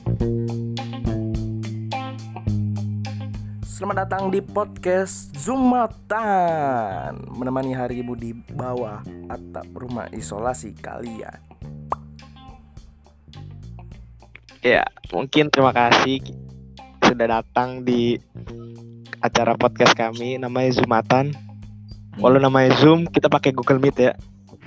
Selamat datang di podcast Zumatan, menemani harimu di bawah atap rumah isolasi kalian. Ya, mungkin terima kasih sudah datang di acara podcast kami, namanya Zoomatan. Walau namanya Zoom, kita pakai Google Meet ya.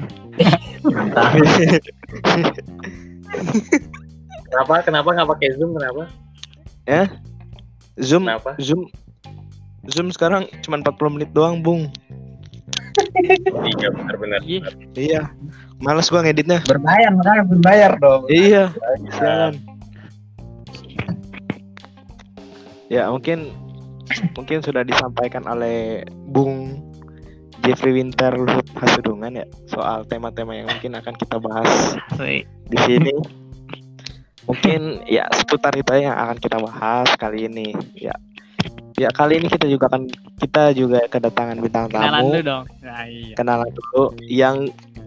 Kenapa nggak pakai Zoom? Kenapa? Ya, Zoom, Kenapa? Zoom sekarang cuma 40 menit doang, Bung. Iya benar-benar. Iya, males gua ngeditnya. Berbayar dong. Iya, sialan. Ya, mungkin sudah disampaikan oleh Bung Jeffrey Winter Luhut Hasudungan ya, soal tema-tema yang mungkin akan kita bahas di sini. Mungkin ya seputar itu yang akan kita bahas kali ini. Ya kali ini kita juga kedatangan bintang tamu. Kenalan dulu dong. Nah, iya. Kenalan dulu yang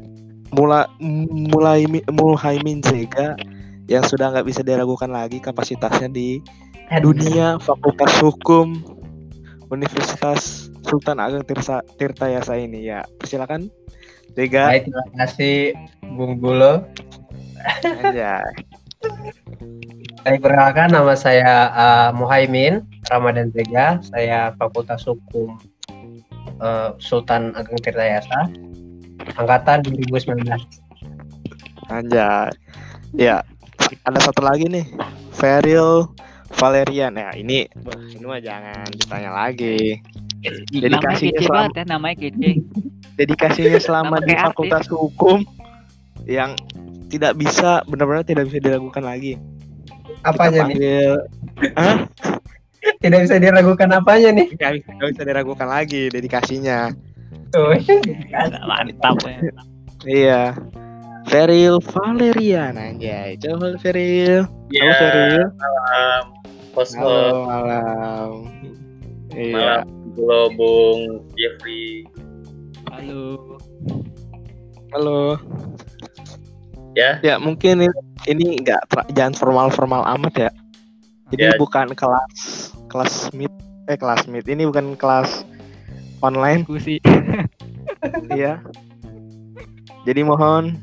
Mulhaimin Zega yang sudah nggak bisa diragukan lagi kapasitasnya di dunia Fakultas Hukum Universitas Sultan Ageng Tirtayasa ini. Ya, persilakan Zega. Baik, terima kasih Bung Gulo. Ya. Baik, perkenalkan nama saya Muhaimin Ramadan Zega. Saya Fakultas Hukum Sultan Ageng Tirtayasa, angkatan 2019. Anjay. Ya, ada satu lagi nih, Feril Valerian. Ya, ini mah jangan ditanya lagi. Namanya kece banget ya, namanya kece. Dedikasinya selama Nama di kayak Fakultas Hukum yang benar-benar tidak bisa diragukan lagi. Apanya nih? Hah? Tidak bisa diragukan apanya nih? Nggak bisa diragukan lagi dedikasinya. Tuh. Mantap ya. Iya. Feril Valerian, anjay. Coba Feril. Iya. Halo Feril. Malam. Halo, malam. Iya. Malam. Halo Bung Jeffrey. Halo. Halo. Ya. Ya mungkin ini jangan formal amat ya. Ini Ya. bukan kelas meet. Ini bukan kelas online. Diskusi. Iya. Jadi mohon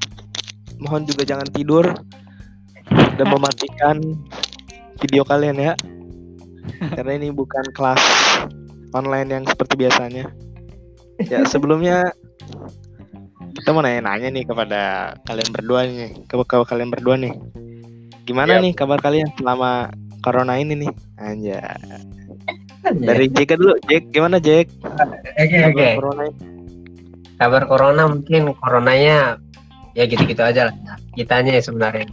juga jangan tidur dan mematikan video kalian ya. Karena ini bukan kelas online yang seperti biasanya. Ya, sebelumnya kita mau nanya nih kepada kalian berdua nih. Gimana nih kabar kalian selama corona ini nih? Anjay. Dari Jack dulu. Jack, gimana Jack? Oke. Corona ini. Kabar corona, mungkin coronanya ya gitu-gitu aja lah. Kitanya ya sebenarnya.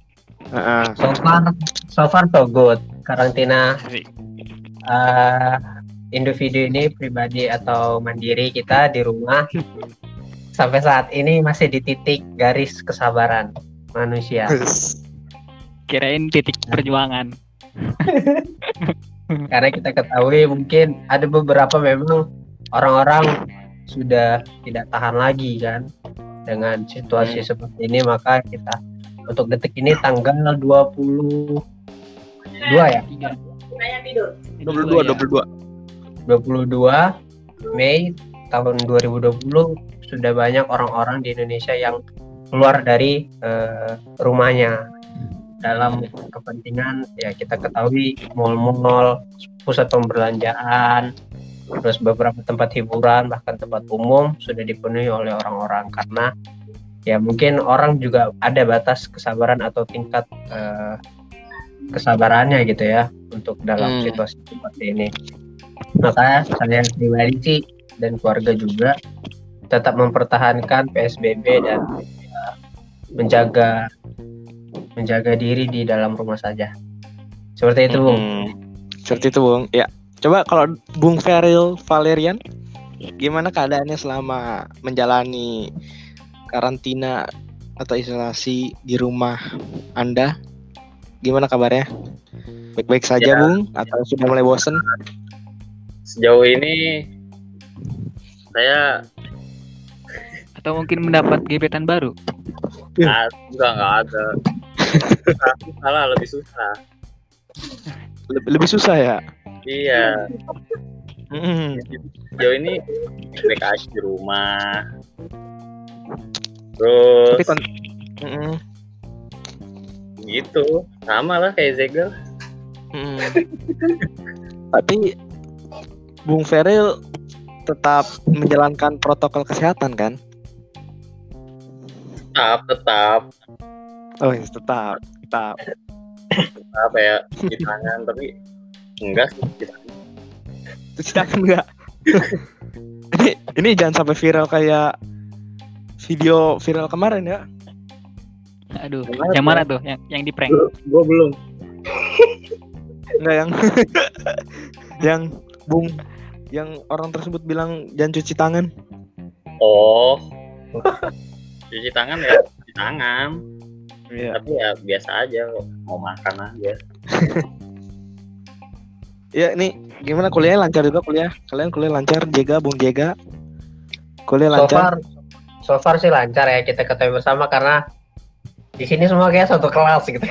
So far so good. Karantina individu ini pribadi atau mandiri kita di rumah sampai saat ini masih di titik garis kesabaran manusia. Kirain titik perjuangan. Karena kita ketahui mungkin ada beberapa memang orang-orang sudah tidak tahan lagi kan dengan situasi seperti ini, maka kita untuk detik ini tanggal 22 ya. 22 Mei tahun 2020 sudah banyak orang-orang di Indonesia yang keluar dari rumahnya dalam kepentingan ya kita ketahui mal-mal, pusat pembelanjaan, terus beberapa tempat hiburan bahkan tempat umum sudah dipenuhi oleh orang-orang karena ya mungkin orang juga ada batas kesabaran atau tingkat kesabarannya gitu ya untuk dalam situasi seperti ini. Maka saya pribadi sih dan keluarga juga tetap mempertahankan PSBB dan menjaga diri di dalam rumah saja. Seperti itu, Bung. Seperti itu, Bung. Ya, coba kalau Bung Feril Valerian, gimana keadaannya selama menjalani karantina atau isolasi di rumah Anda? Gimana kabarnya? Baik-baik saja, Bung? Atau sudah mulai bosen? Sejauh ini saya Atau mungkin mendapat gebetan baru? nggak ada. Salah, lebih susah. Lebih susah ya. Iya. Mm. Sejauh ini baik aja di rumah. Terus Tapi kan mm, gitu, sama lah kayak Zegel. mm. Tapi Bung Feril tetap menjalankan protokol kesehatan kan? Tetap Oh, iya, tetap. apa ya, di tangan, tapi enggak sih di tangan. Cuci tangan enggak? ini jangan sampai viral kayak video viral kemarin ya. Aduh, Gimana yang tuh? mana tuh? Yang di prank. Gue belum. Enggak yang yang Bung yang orang tersebut bilang jangan cuci tangan. Oh, cuci tangan ya, cuci tangan. Iya. Tapi ya biasa aja, mau makan aja. Ya, ini gimana kuliahnya lancar juga kuliah? Kalian kuliah lancar? Bung Jega. Kuliah lancar? So far sih lancar ya, kita ketahui bersama karena di sini semua kayak satu kelas gitu.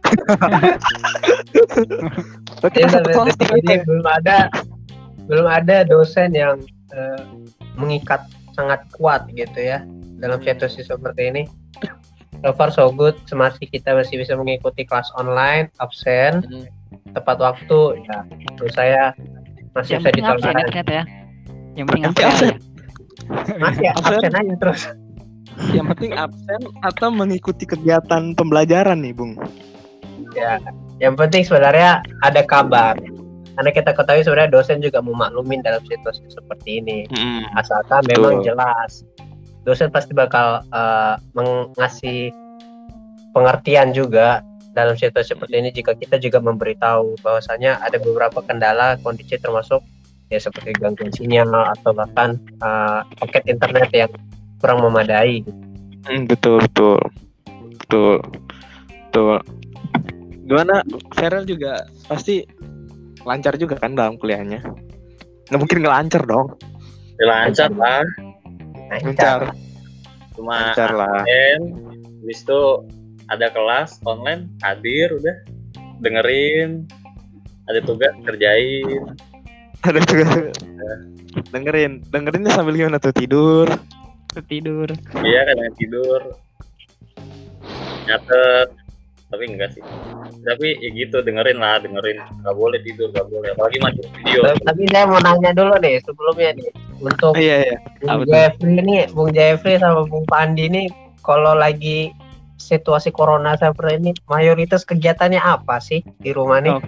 Berarti Jadi satu sampai kelas detik tuh ini belum ada dosen yang mengikat sangat kuat gitu ya dalam situasi seperti ini. So far so good, semasa kita masih bisa mengikuti kelas online, absen tepat waktu, ya menurut saya masih Yang bisa penting absen ya ditoleransi. ternyata ya. Yang penting Yang penting absen. absen. Masih absen aja terus. Yang penting absen atau mengikuti kegiatan pembelajaran nih, Bung. Ya, yang penting sebenarnya ada kabar. Karena kita ketahui sebenarnya dosen juga memaklumin dalam situasi seperti ini. Asalkan memang jelas. Dosen pasti bakal mengasih pengertian juga dalam situasi seperti ini jika kita juga memberitahu bahwasanya ada beberapa kendala kondisi termasuk ya seperti gangguan sinyal atau bahkan paket internet yang kurang memadai. Betul. Gimana? Ferel juga pasti lancar juga kan dalam kuliahnya? Nggak mungkin nggak lancar dong. Ya, lancar lah, Lancar. cuma Lancar lah. absen. Habis itu ada kelas online, hadir udah, dengerin, ada tugas kerjain. Ada juga. Dengerinnya sambil gimana tuh? Tidur. Tidur. Iya, kadang tidur, nyatet, tapi enggak sih. Tapi ya gitu, dengerin, nggak boleh tidur, nggak boleh, apalagi macam video. Tapi saya mau nanya dulu nih sebelumnya nih untuk Iya. Bung Jeffrey nih, Bung Jeffrey sama Bung Pandi nih, kalau lagi situasi corona seperti ini, mayoritas kegiatannya apa sih di rumah nih?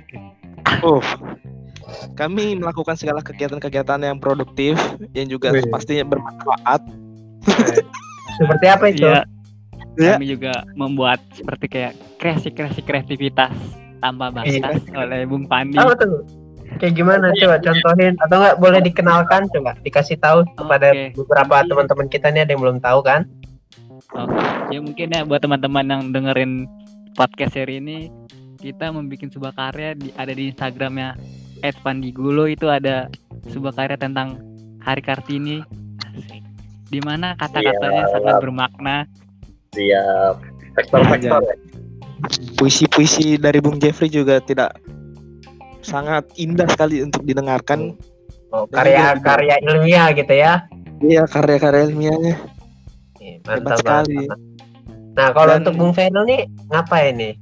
Kami melakukan segala kegiatan-kegiatan yang produktif, yang juga Wih. pastinya bermanfaat. Seperti apa itu? Iya. Ya. Kami juga membuat seperti kayak kreativitas tanpa batas oleh Bung Pandi. Apa tuh? Kayak gimana? Coba contohin atau enggak boleh dikenalkan? Coba dikasih tahu kepada Oke. beberapa teman-teman kita nih, ada yang belum tahu kan? Ya mungkin ya buat teman-teman yang dengerin podcast seri ini, kita membuat sebuah karya ada di Instagramnya @pandigulo. Itu ada sebuah karya tentang Hari Kartini. Asik. Di mana kata-katanya sangat bermakna. Siap. Vektor-vektor ya. Puisi-puisi dari Bung Jeffrey juga tidak sangat indah sekali untuk didengarkan. Oh, karya-karya ilmiah gitu ya? Iya, karya-karya ilmiahnya Mantap sekali. banget. Nah, kalau Dan- untuk Bung Veno nih ngapain nih?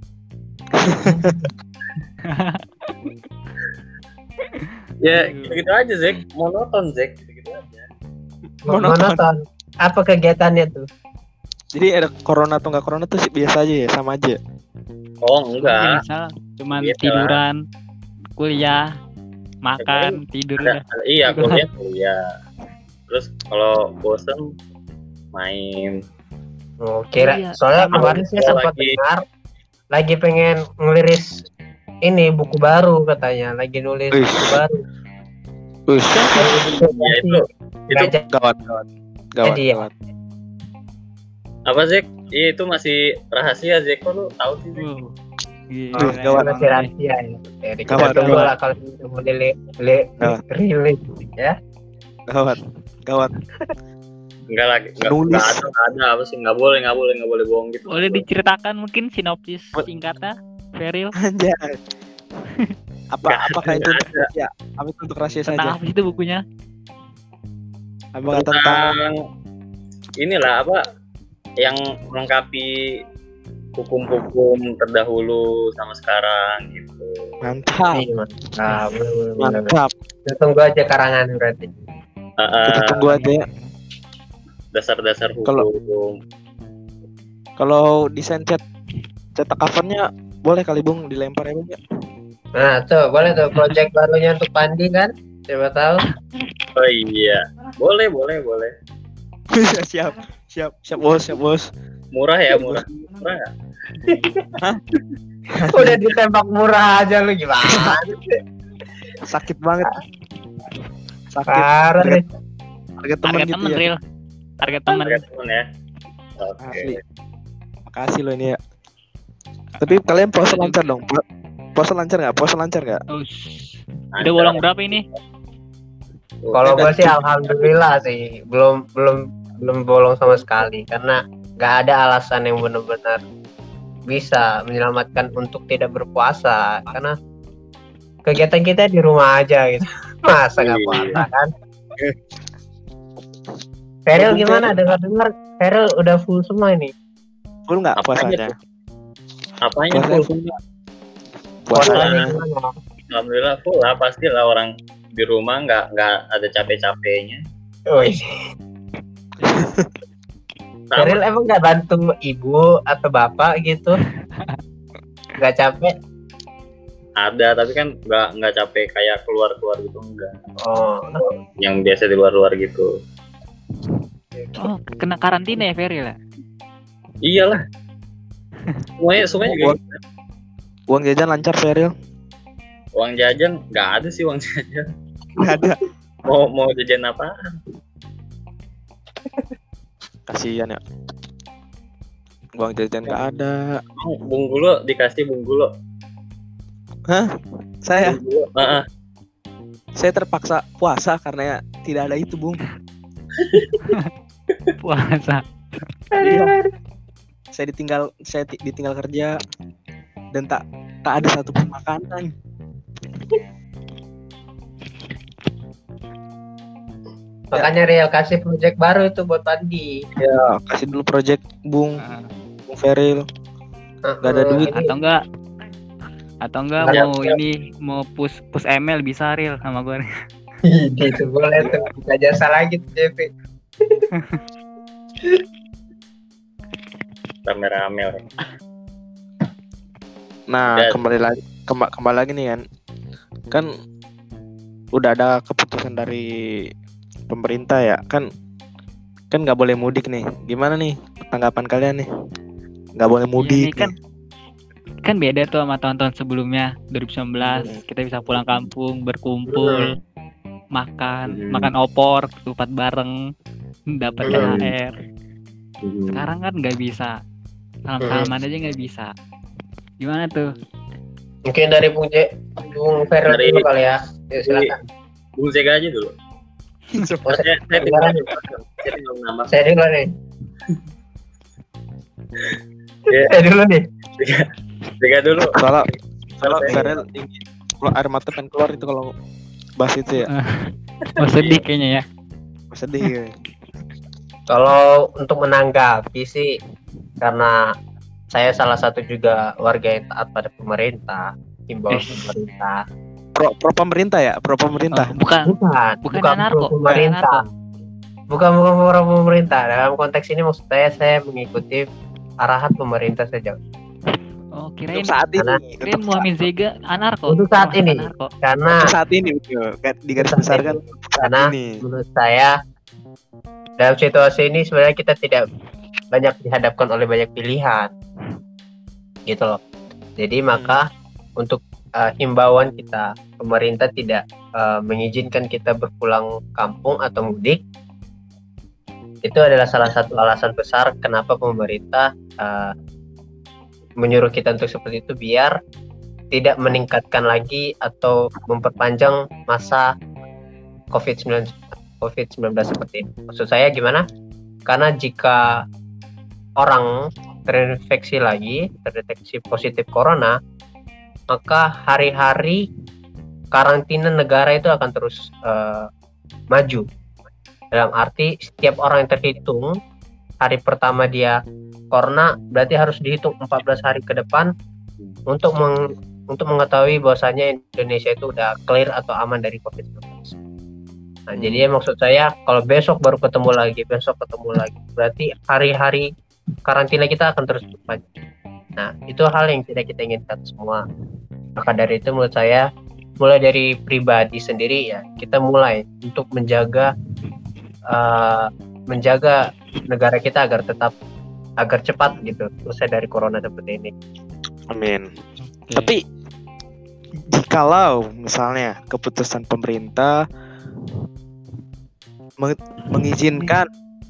Ya gitu aja, Zek. Monoton, Zek. Gitu aja. Monoton. Apa kegiatannya tuh? Jadi ada corona atau nggak corona tuh biasa aja ya, sama aja. Oh enggak. Misal cuman Gitu lah. tiduran, kuliah, makan, tidur udah. Iya, kuliah. Terus kalau bosen main. Oh, kira Iya, soalnya sama. kemarin saya sempat Lagi. dengar lagi pengen ngeliris ini buku baru katanya, lagi nulis Wih. buku baru. Ya itu Gajah Gawat. Jadi ya. apa, Zek? Iya, itu masih rahasia, Zek. Kok lu tahu sih, Zek? Gila. Oh, gawat. masih rahasia ya. Jadi kita Gawat, tunggu gawat. lah kalau kita mau Gawat. rilis ya. Gawat. Enggak lagi, Nulis. enggak ada apa sih, enggak boleh bohong gitu. Boleh diceritakan mungkin sinopsis singkatnya, Feril, Anjay. Apakah itu Nggak untuk rahasia? Apa itu untuk rahasia tentang saja? apa sih itu bukunya? Apakah tentang inilah apa yang melengkapi hukum-hukum terdahulu sama sekarang gitu. mantap, Iya, mantap. Bener. mantap. Kita tunggu aja karangan berarti. Kita tunggu aja ya. Dasar-dasar Kalau- hukum. Kalau desain cetak covernya boleh kali Bung dilempar ya Bung ya. Nah, tuh boleh tuh project barunya untuk Pandi kan? Siapa tahu. Oh iya, boleh. siap bos. Murah ya. Murah. Udah ditembak murah aja lu gimana? Sakit banget. Sakit. Parah nih. Harga temen Target gitu temen, ya. Ril. Target temen. Harga temen ya. Oke. Asli. Makasih lo ini ya. Tapi kalian puasa lancar dong. Puasa lancar nggak? Ush. Udah bolong berapa ini? Kalau gue sih alhamdulillah sih belum bolong sama sekali karena nggak ada alasan yang benar-benar bisa menyelamatkan untuk tidak berpuasa karena kegiatan kita di rumah aja gitu. Masa nggak puasa kan? Feril gimana? Dengar Feril udah full semua ini. Full nggak Apanya puasanya? Apanya Puasanya full? full nggak? Puasanya gimana? Alhamdulillah full lah, pastilah orang di rumah nggak ada capek-capeknya. Wih, Sama. Feril emang nggak bantu ibu atau bapak gitu? Nggak capek? Ada, tapi kan nggak capek kayak keluar gitu, enggak. Oh, Yang biasa di luar gitu. Oh, kena karantina ya Feril ya? Iyalah. Semuanya juga gitu. Uang jajan lancar Feril? Uang jajan nggak ada sih, uang jajan. Nggak ada. Mau jajan apa? Kasihan ya. Uang jajan nggak ada. Bung Gulo dikasih Bung Gulo. Saya Bung Gulo. Heeh. saya terpaksa puasa karena tidak ada itu Bung. Puasa. Iya. Saya ditinggal kerja dan tak ada satupun makanan. makanya Riel kasih project baru itu buat Pandi. Ya, kasih dulu project Bung Feril. Nggak ada duit. Atau enggak Ya, mau ini mau push ML bisa Ril sama gue. Itu boleh tuh buka jasa lagi tuh JP. Rame-rame. Nah, Ya. kembali lagi nih kan udah ada keputusan dari pemerintah ya kan nggak boleh mudik nih. Gimana nih tanggapan kalian nih? Nggak boleh mudik Iya, kan beda tuh sama tahun-tahun sebelumnya 2019 kita bisa pulang kampung berkumpul makan opor ketupat bareng dapat THR. Sekarang kan nggak bisa, salam-salaman aja nggak bisa. Gimana tuh? Mungkin dari Bung Feril Dari- dulu kali ya. Ya silakan. Bung Zega aja dulu. Oh, Saya tinggal nama. saya dulu nih. Ya. Saya dulu nih. Zega dulu. Soalnya Saya- Feril tinggi. Kalau air mata pengen keluar itu kalau bahas itu ya. Oh, sedih kayaknya ya. Sedih. Ya. Kalau untuk menanggapi sih karena saya salah satu juga warga yang taat pada pemerintah, himbauan pemerintah. Pro pemerintah ya, pro pemerintah. Oh, bukan Bukan anarko, pro pemerintah. Bukan pro pemerintah. Dalam konteks ini maksud saya mengikuti arahan pemerintah saja. Oh, Untuk kirain saat ini, kirain Muhammad Zega anarko. Untuk saat ini. Anarko. Karena saat ini betul. Di garis besar kan saat Karena ini. menurut saya dalam situasi ini sebenarnya kita tidak banyak dihadapkan oleh banyak pilihan gitu loh. Jadi maka untuk himbauan kita, pemerintah tidak mengizinkan kita berpulang kampung atau mudik. Itu adalah salah satu alasan besar kenapa pemerintah menyuruh kita untuk seperti itu biar tidak meningkatkan lagi atau memperpanjang masa COVID-19 seperti ini. Maksud saya gimana? Karena jika orang terdeteksi positif corona, maka hari-hari karantina negara itu akan terus maju. Dalam arti setiap orang yang terhitung hari pertama dia corona, berarti harus dihitung 14 hari ke depan untuk mengetahui bahwasanya Indonesia itu udah clear atau aman dari COVID-19. Nah, jadi maksud saya kalau besok baru ketemu lagi, berarti hari-hari karantina kita akan terus maju. Nah, itu hal yang tidak kita inginkan semua. Maka dari itu menurut saya, mulai dari pribadi sendiri ya, kita mulai untuk menjaga negara kita agar cepat gitu selesai dari corona seperti ini. Amin. Tapi jikalau misalnya keputusan pemerintah mengizinkan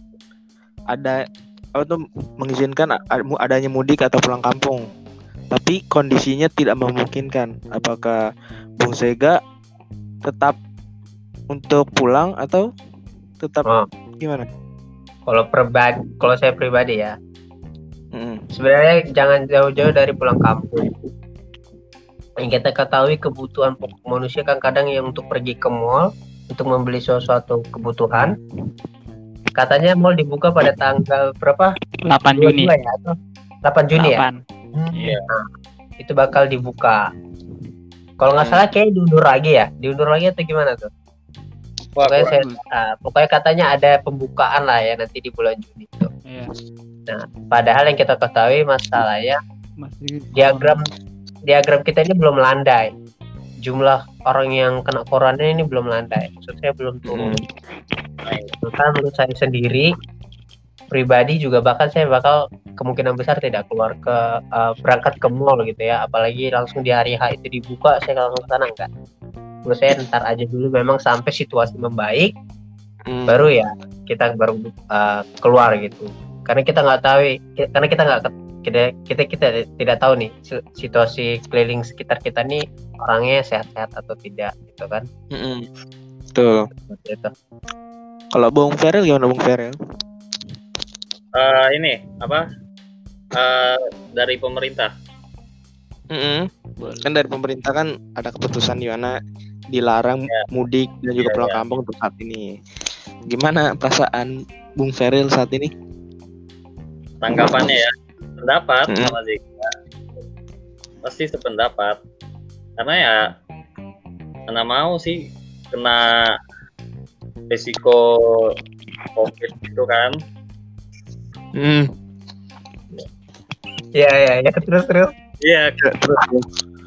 adanya mudik atau pulang kampung, tapi kondisinya tidak memungkinkan, apakah Bung Sega tetap untuk pulang atau tetap gimana? Kalau saya pribadi ya, sebenarnya jangan jauh-jauh dari pulang kampung. Yang kita ketahui kebutuhan pokok manusia kan kadang yang untuk pergi ke mall untuk membeli sesuatu kebutuhan. Katanya mall dibuka pada tanggal berapa? 8 Juni. Ya, atau 8 Juni 8. Ya? Nah, itu bakal dibuka. Kalau nggak salah kayak diundur lagi atau gimana tuh? Pokoknya katanya ada pembukaan lah ya nanti di bulan Juni itu. Iya. Nah, padahal yang kita ketahui masalahnya diagram kita ini belum landai. Jumlah orang yang kena corona ini belum landai. Maksudnya belum turun. Maka menurut saya sendiri pribadi juga saya bakal kemungkinan besar tidak keluar berangkat ke mall gitu ya, apalagi langsung di hari H itu dibuka, saya langsung ke sana enggak. Menurut saya ntar aja dulu memang sampai situasi membaik, baru ya kita keluar gitu. Karena kita nggak tahu, kita tidak tahu nih situasi keliling sekitar kita nih orangnya sehat-sehat atau tidak gitu kan. Betul. Gitu. Kalau Bung Ferel gimana Bung Ferel? Dari pemerintah. Kan dari pemerintah kan ada keputusan di mana dilarang mudik dan juga pulang kampung untuk saat ini. Gimana perasaan Bung Ferel saat ini? Tanggapannya ya, pendapat sama Zika. Pasti sependapat. Karena ya mana mau sih kena risiko COVID itu kan. Ya terus. Iya, terus.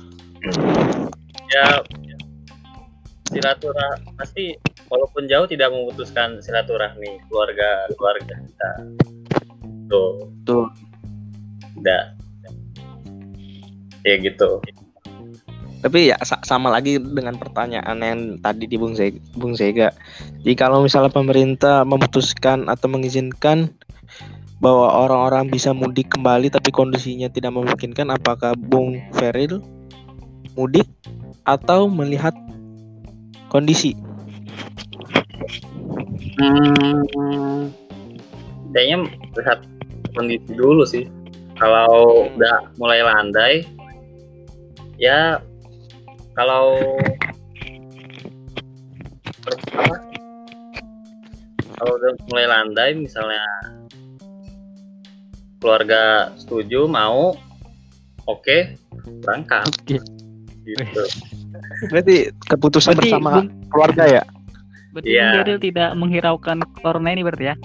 Ya silaturahmi pasti walaupun jauh tidak memutuskan silaturahmi keluarga kita. Tuh. Tidak. Ya gitu. Tapi ya sama lagi dengan pertanyaan yang tadi di Bung Sega. Jadi kalau misalnya pemerintah memutuskan atau mengizinkan bahwa orang-orang bisa mudik kembali tapi kondisinya tidak memungkinkan, apakah Bung Feril mudik atau melihat kondisi? Kayaknya lihat kondisi dulu sih. Kalau udah mulai landai, ya kalau udah mulai landai, misalnya keluarga setuju mau, oke, berangkat. Gitu. Berarti keputusan bersama keluarga ya? Berarti Beril tidak menghiraukan corona ini berarti ya?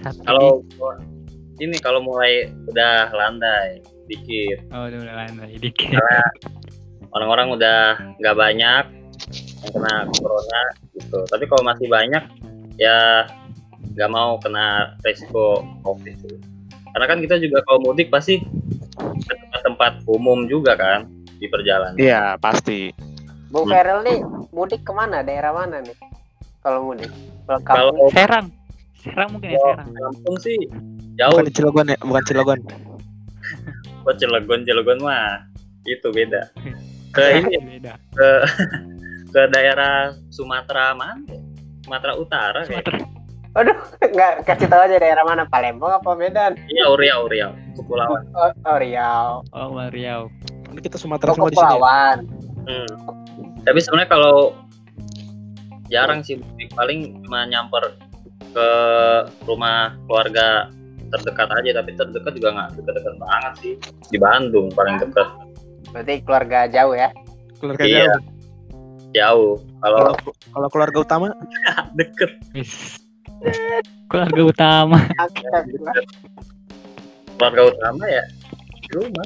Kalau mulai udah landai dikit. Oh, udah landai dikit. Karena orang-orang udah nggak banyak yang kena corona gitu. Tapi kalau masih banyak, ya nggak mau kena resiko COVID itu. Karena kan kita juga kalau mudik pasti ke tempat umum juga kan di perjalanan. Iya pasti. Bung Ferel nih mudik kemana? Daerah mana nih? Kalau mudik? Kalau Serang mungkin ya Serang. Kampung sih jauh. Bukan Cilegon ya? Bukan Cilegon. Oh Cilegon mah itu beda. Beda. Ke daerah Sumatera mana? Sumatera Utara. Aduh, nggak kasih tahu aja daerah mana, Palembang apa Medan? Iya, Riau, Kepulauan. Oh, Riau. Oh, Riau. Ini kita Sumatera Oh, semua di sini. Ya? Kepulauan. Tapi sebenarnya kalau jarang sih, paling cuma nyamper ke rumah keluarga terdekat aja, tapi terdekat juga nggak dekat-dekat banget sih. Di Bandung paling dekat. Berarti keluarga jauh ya? Keluarga Iya. Jauh. Kalau Kalau keluarga utama deket. Wis. Keluarga utama. Deket. Keluarga utama ya di rumah.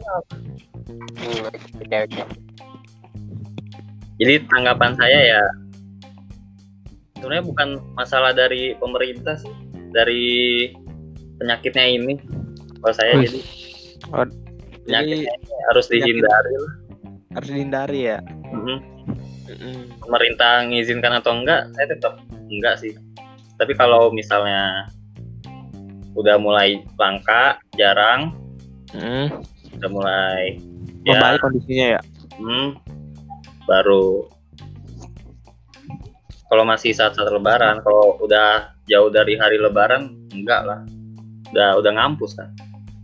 Oke. Jadi tanggapan saya ya sebenarnya bukan masalah dari pemerintah sih, dari penyakitnya ini. Kalau saya Wih. jadi Oh, penyakitnya ini harus dihindari lah. harus dihindari ya. Mhm. Pemerintah mengizinkan atau enggak, saya tetap enggak sih. Tapi kalau misalnya udah mulai langka, jarang, udah mulai Membaik kondisinya ya. baru kalau masih saat-saat lebaran, kalau udah jauh dari hari lebaran enggak lah, udah ngampus kan.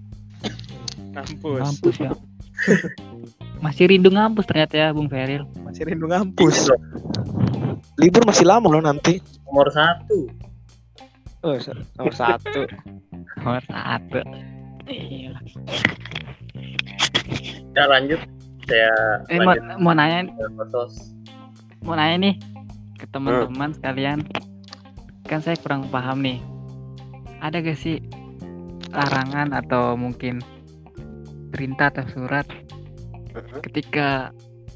Ngampus ya. Masih rindu ngampus ternyata ya Bung Feril. Masih rindu ngampus. Libur masih lama loh nanti. Nomor 1 Oh, nomor 1. Nomor 1. Iya. ya lanjut, saya lanjut Mau nanya ke fotos. nih ke teman-teman sekalian. Kan saya kurang paham nih. Ada gak sih larangan atau mungkin perintah atau surat ketika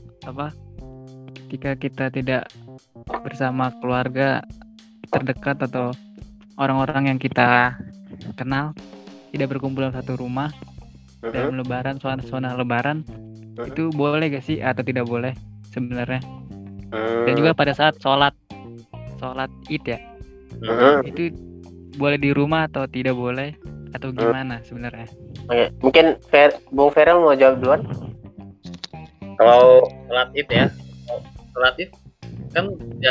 kita tidak bersama keluarga terdekat atau orang-orang yang kita kenal, tidak berkumpul dalam satu rumah dalam lebaran, suasana lebaran, itu boleh gak sih atau tidak boleh sebenarnya? Dan juga pada saat sholat Id ya, itu boleh di rumah atau tidak boleh atau gimana sebenarnya? Oke, mungkin Bung Ferel mau jawab duluan. Kalau sholat Id ya, sholat Id kan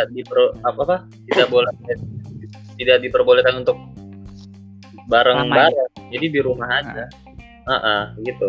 tidak diperbolehkan untuk bareng-bareng, jadi di rumah aja. Gitu.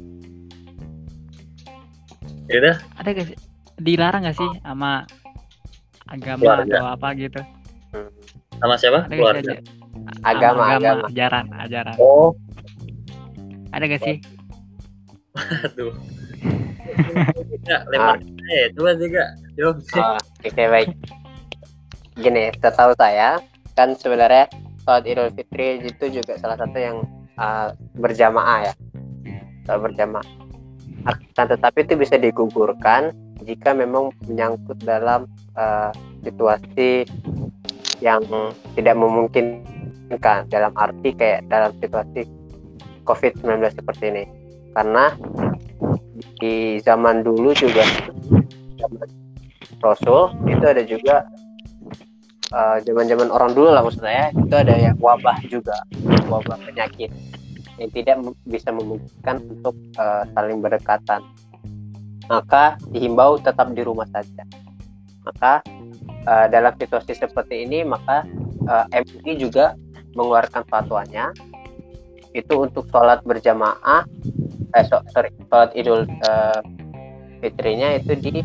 Yaudah. Ada gak sih, dilarang gak sih sama agama Keluarga. atau apa gitu? Sama siapa? Ada gak Keluarga. sih Agama. ajaran? Oh, Ada gak sih? aduh. Ya, lempar ya. Coba juga. Jawab sih. Oke, baik. Gini, setahu saya kan sebenarnya sholat Idul Fitri itu juga salah satu yang berjamaah ya. Sholat berjamaah. Akan tetapi itu bisa digugurkan jika memang menyangkut dalam situasi yang tidak memungkinkan, dalam arti kayak dalam situasi COVID-19 seperti ini. Karena di zaman dulu juga, zaman Rasul itu ada juga zaman-zaman orang dulu lah, maksud saya itu ada yang wabah juga, wabah penyakit yang tidak bisa memungkinkan untuk saling berdekatan, maka dihimbau tetap di rumah saja. Maka dalam situasi seperti ini, maka MUI juga mengeluarkan fatwanya itu untuk sholat berjamaah, sholat Idul Fitrinya itu di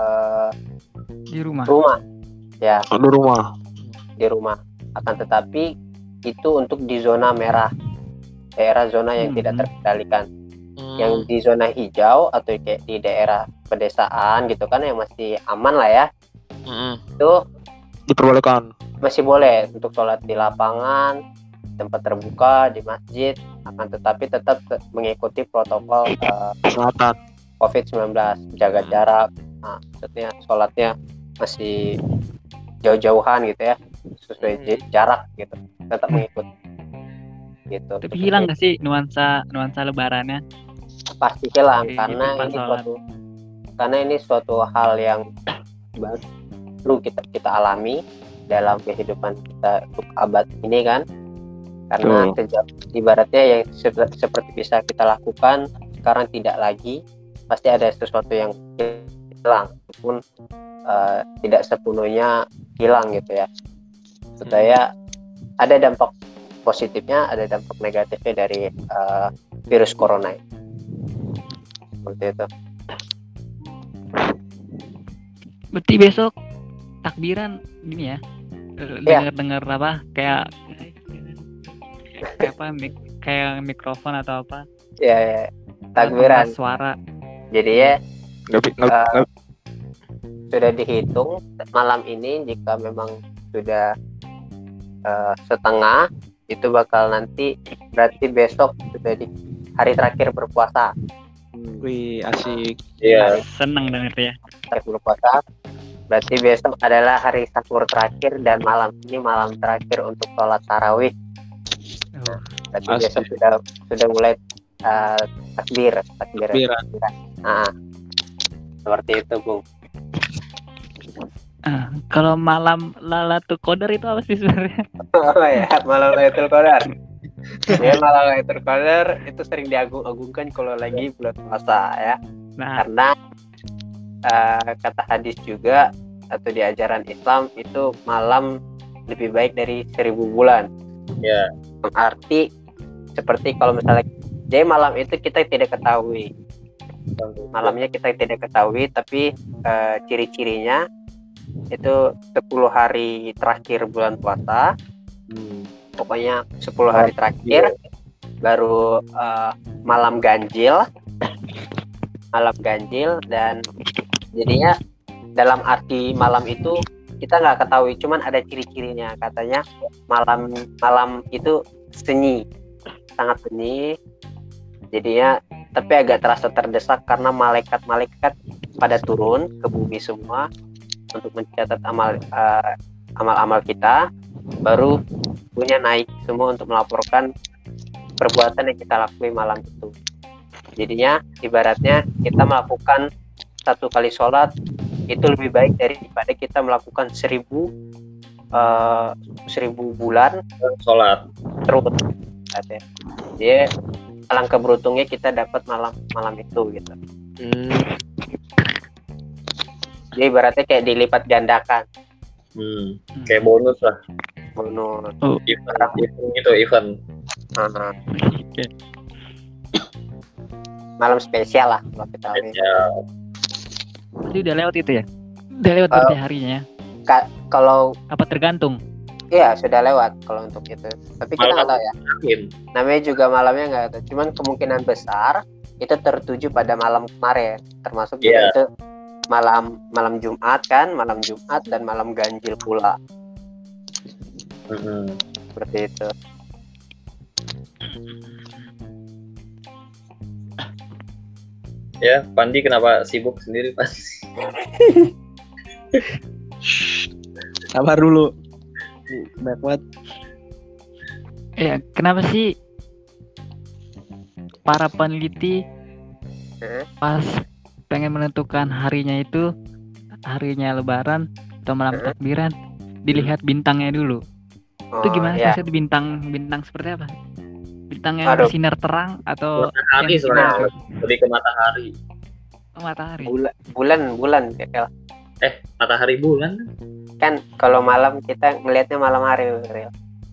rumah ya, di rumah. Akan tetapi itu untuk di zona merah, daerah zona yang tidak terkendalikan. Yang di zona hijau atau kayak di daerah pedesaan gitu kan, yang masih aman lah ya, itu Diperbolehkan. masih boleh untuk sholat di lapangan, tempat terbuka, di masjid. Akan tetapi tetap mengikuti protokol Kesehatan. COVID-19, jaga jarak. Nah, maksudnya sholatnya masih jauh-jauhan gitu ya, sesuai jarak gitu, tetap mengikuti gitu. Tapi hilang gak sih nuansa lebarannya? Pasti hilang, karena ini suatu hal yang baru kita alami dalam kehidupan kita untuk abad ini kan. Karena ibaratnya yang seperti bisa kita lakukan sekarang tidak lagi, pasti ada sesuatu yang hilang, walaupun tidak sepenuhnya hilang gitu ya. Maksud saya ada dampak positifnya, ada dampak negatifnya dari virus corona. Seperti itu. Berarti besok takbiran gini ya. Iya. Dengar apa kayak apa kayak mikrofon atau apa? Ya, takbiran. Pengeras suara. Jadi ya Nggak- sudah dihitung malam ini jika memang sudah setengah itu bakal nanti berarti besok sudah di hari terakhir berpuasa. Wih, asik. Iya. Seneng denger ya. Terakhir berpuasa berarti besok adalah hari sahur terakhir dan malam ini malam terakhir untuk sholat tarawih. Oh, Berarti Asik. besok sudah mulai takbir. Takbiran. Nah, seperti itu, Bung. kalau malam Lailatul Qadar itu apa sih sebenarnya? Oh ya, malam Lailatul Qadar. Ya, malam Lailatul Qadar itu sering diagung-agungkan kalau lagi bulan puasa ya. Nah, Karena kata hadis juga atau di ajaran Islam itu malam lebih baik dari 1000 bulan. Ya. Arti seperti kalau misalnya jadi malam itu kita tidak ketahui. Malamnya kita tidak ketahui, tapi ciri-cirinya itu 10 hari terakhir bulan puasa. Pokoknya 10 hari terakhir baru malam ganjil dan jadinya dalam arti malam itu kita nggak ketahui, cuman ada ciri-cirinya. Katanya malam itu sunyi, sangat sunyi, jadinya tapi agak terasa terdesak karena malaikat-malaikat pada turun ke bumi semua untuk mencatat amal-amal kita, baru punya naik semua untuk melaporkan perbuatan yang kita lakukan malam itu. Jadinya ibaratnya kita melakukan 1 kali sholat itu lebih baik daripada kita melakukan 1000 bulan Sholat. terus. Jadi alangkah beruntungnya kita dapat malam itu gitu. Jadi ibaratnya kayak dilipat gandakan. Kayak bonus lah. Bonus. Event gitu, event. oke. Malam spesial lah kalau kita lihat. Ya. Berarti udah lewat itu ya? Udah lewat berarti harinya ya? Kalau Apa tergantung? iya sudah lewat kalau untuk itu. Tapi kita nggak tahu ya. Yakin. Namanya juga malamnya nggak tahu. Cuman kemungkinan besar itu tertuju pada malam kemarin. Termasuk juga itu malam Jumat kan, malam Jumat dan malam ganjil pula. Seperti itu. Ya, Pandi kenapa sibuk sendiri pas? Sabar dulu. Banyak banget. Ya, kenapa sih para peneliti pas pengen menentukan harinya itu harinya Lebaran atau malam takbiran dilihat bintangnya dulu? Itu gimana ya. sih bintang seperti apa? Bintang yang Aduh. bersinar terang atau Matahari yang sebenarnya. Lebih ke matahari. matahari? Bulan Kel. Matahari bulan. Kan kalau malam kita melihatnya malam hari Ril.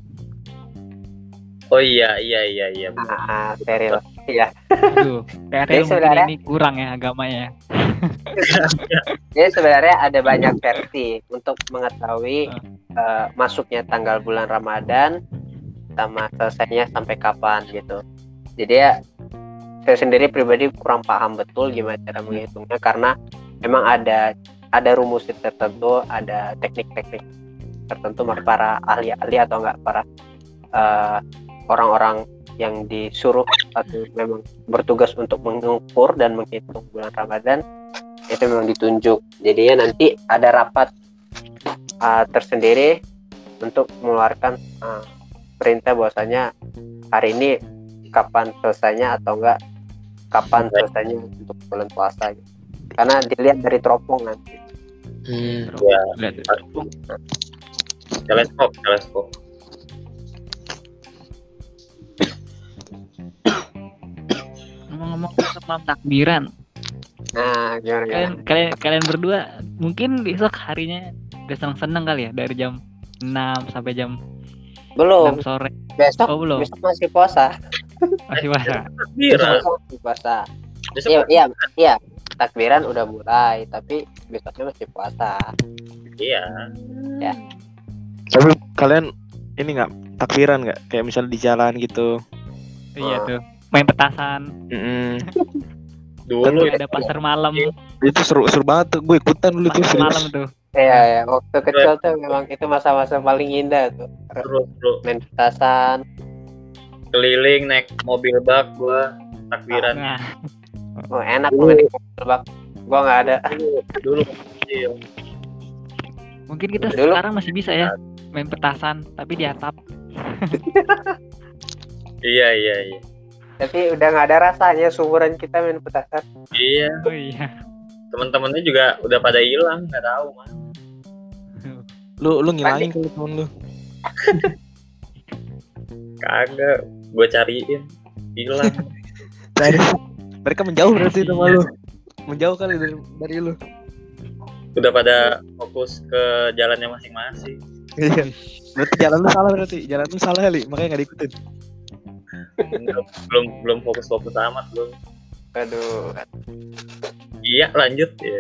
Oh iya. Ril. Iya. Aduh, kayak Jadi mungkin sebenarnya- ini kurang ya agamanya. Jadi sebenarnya ada banyak versi untuk mengetahui masuknya tanggal bulan Ramadan sama selesainya sampai kapan gitu. Jadi ya saya sendiri pribadi kurang paham betul gimana cara menghitungnya karena memang ada rumus tertentu, ada teknik-teknik tertentu para ahli-ahli atau enggak para orang-orang yang disuruh atau memang bertugas untuk mengukur dan menghitung bulan Ramadan itu memang ditunjuk. Jadinya nanti ada rapat tersendiri untuk mengeluarkan perintah bahwasanya hari ini kapan selesainya atau enggak kapan selesainya untuk bulan puasa gitu. Karena dilihat dari teropong nanti. Ya. Teleskop. Ngomong-ngomong tentang malam takbiran, Nah, gimana? kalian berdua mungkin besok harinya udah seneng-seneng kali ya dari jam 6 sampai jam Belum. 6 sore. Besok Oh, belum. besok masih puasa. Masih puasa. Takbiran. Besok masih puasa. Besok Iya. Takbiran udah mulai, tapi besoknya masih puasa. iya. Ya. Tapi kalian ini nggak takbiran nggak? Kayak misalnya di jalan gitu. Iya tuh. Main petasan. Mm-mm. Dulu Ada pasar malam. Itu seru banget tuh. Gue ikutan dulu tuh. Pasar Serius. malam tuh. Iya, waktu kecil tuh memang itu masa-masa paling indah tuh. terus bro Main petasan. keliling naik mobil bak gua takbiran Nah, Oh, enak banget di Bak. Gua nggak ada. dulu kecil. mungkin kita Dulu. sekarang masih bisa ya main petasan tapi di atap. Iya. Tapi udah nggak ada rasanya seumuran kita main petasan. Iya, Oh iya. teman-temannya juga udah pada hilang, nggak tahu mah. Lu ngilangin kalau temen lu. Kagak, gue cariin hilang. Dari mereka menjauh berarti sama lu. Menjauh kali dari lu. Udah pada fokus ke jalannya masing-masing. Iya. Berarti jalan lu salah kali, makanya nggak diikutin. belum fokus amat belum. Aduh. Iya, lanjut ya.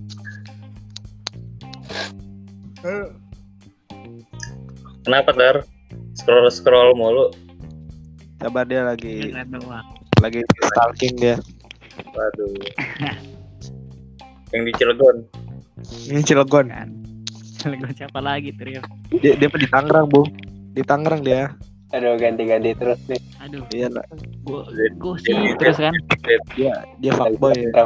Kenapa Dar? Scroll mulu. Coba dia lagi Keren doang. stalking dia. Waduh. Yang di Cilegon. Ini Cilegon. Kan. Gue siapa lagi Trio? Dia di Tangerang, Bung. Di Tangerang dia. Aduh, ganti-ganti terus nih. Aduh, Iya lah. gue sih terus kan. Dia fuckboy ya.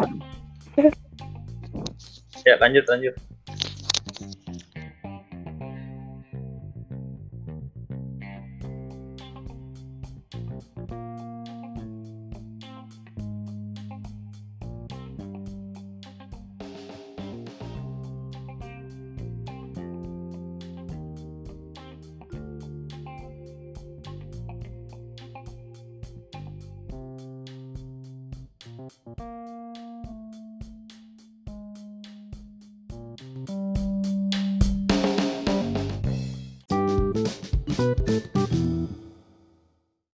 Ya, lanjut.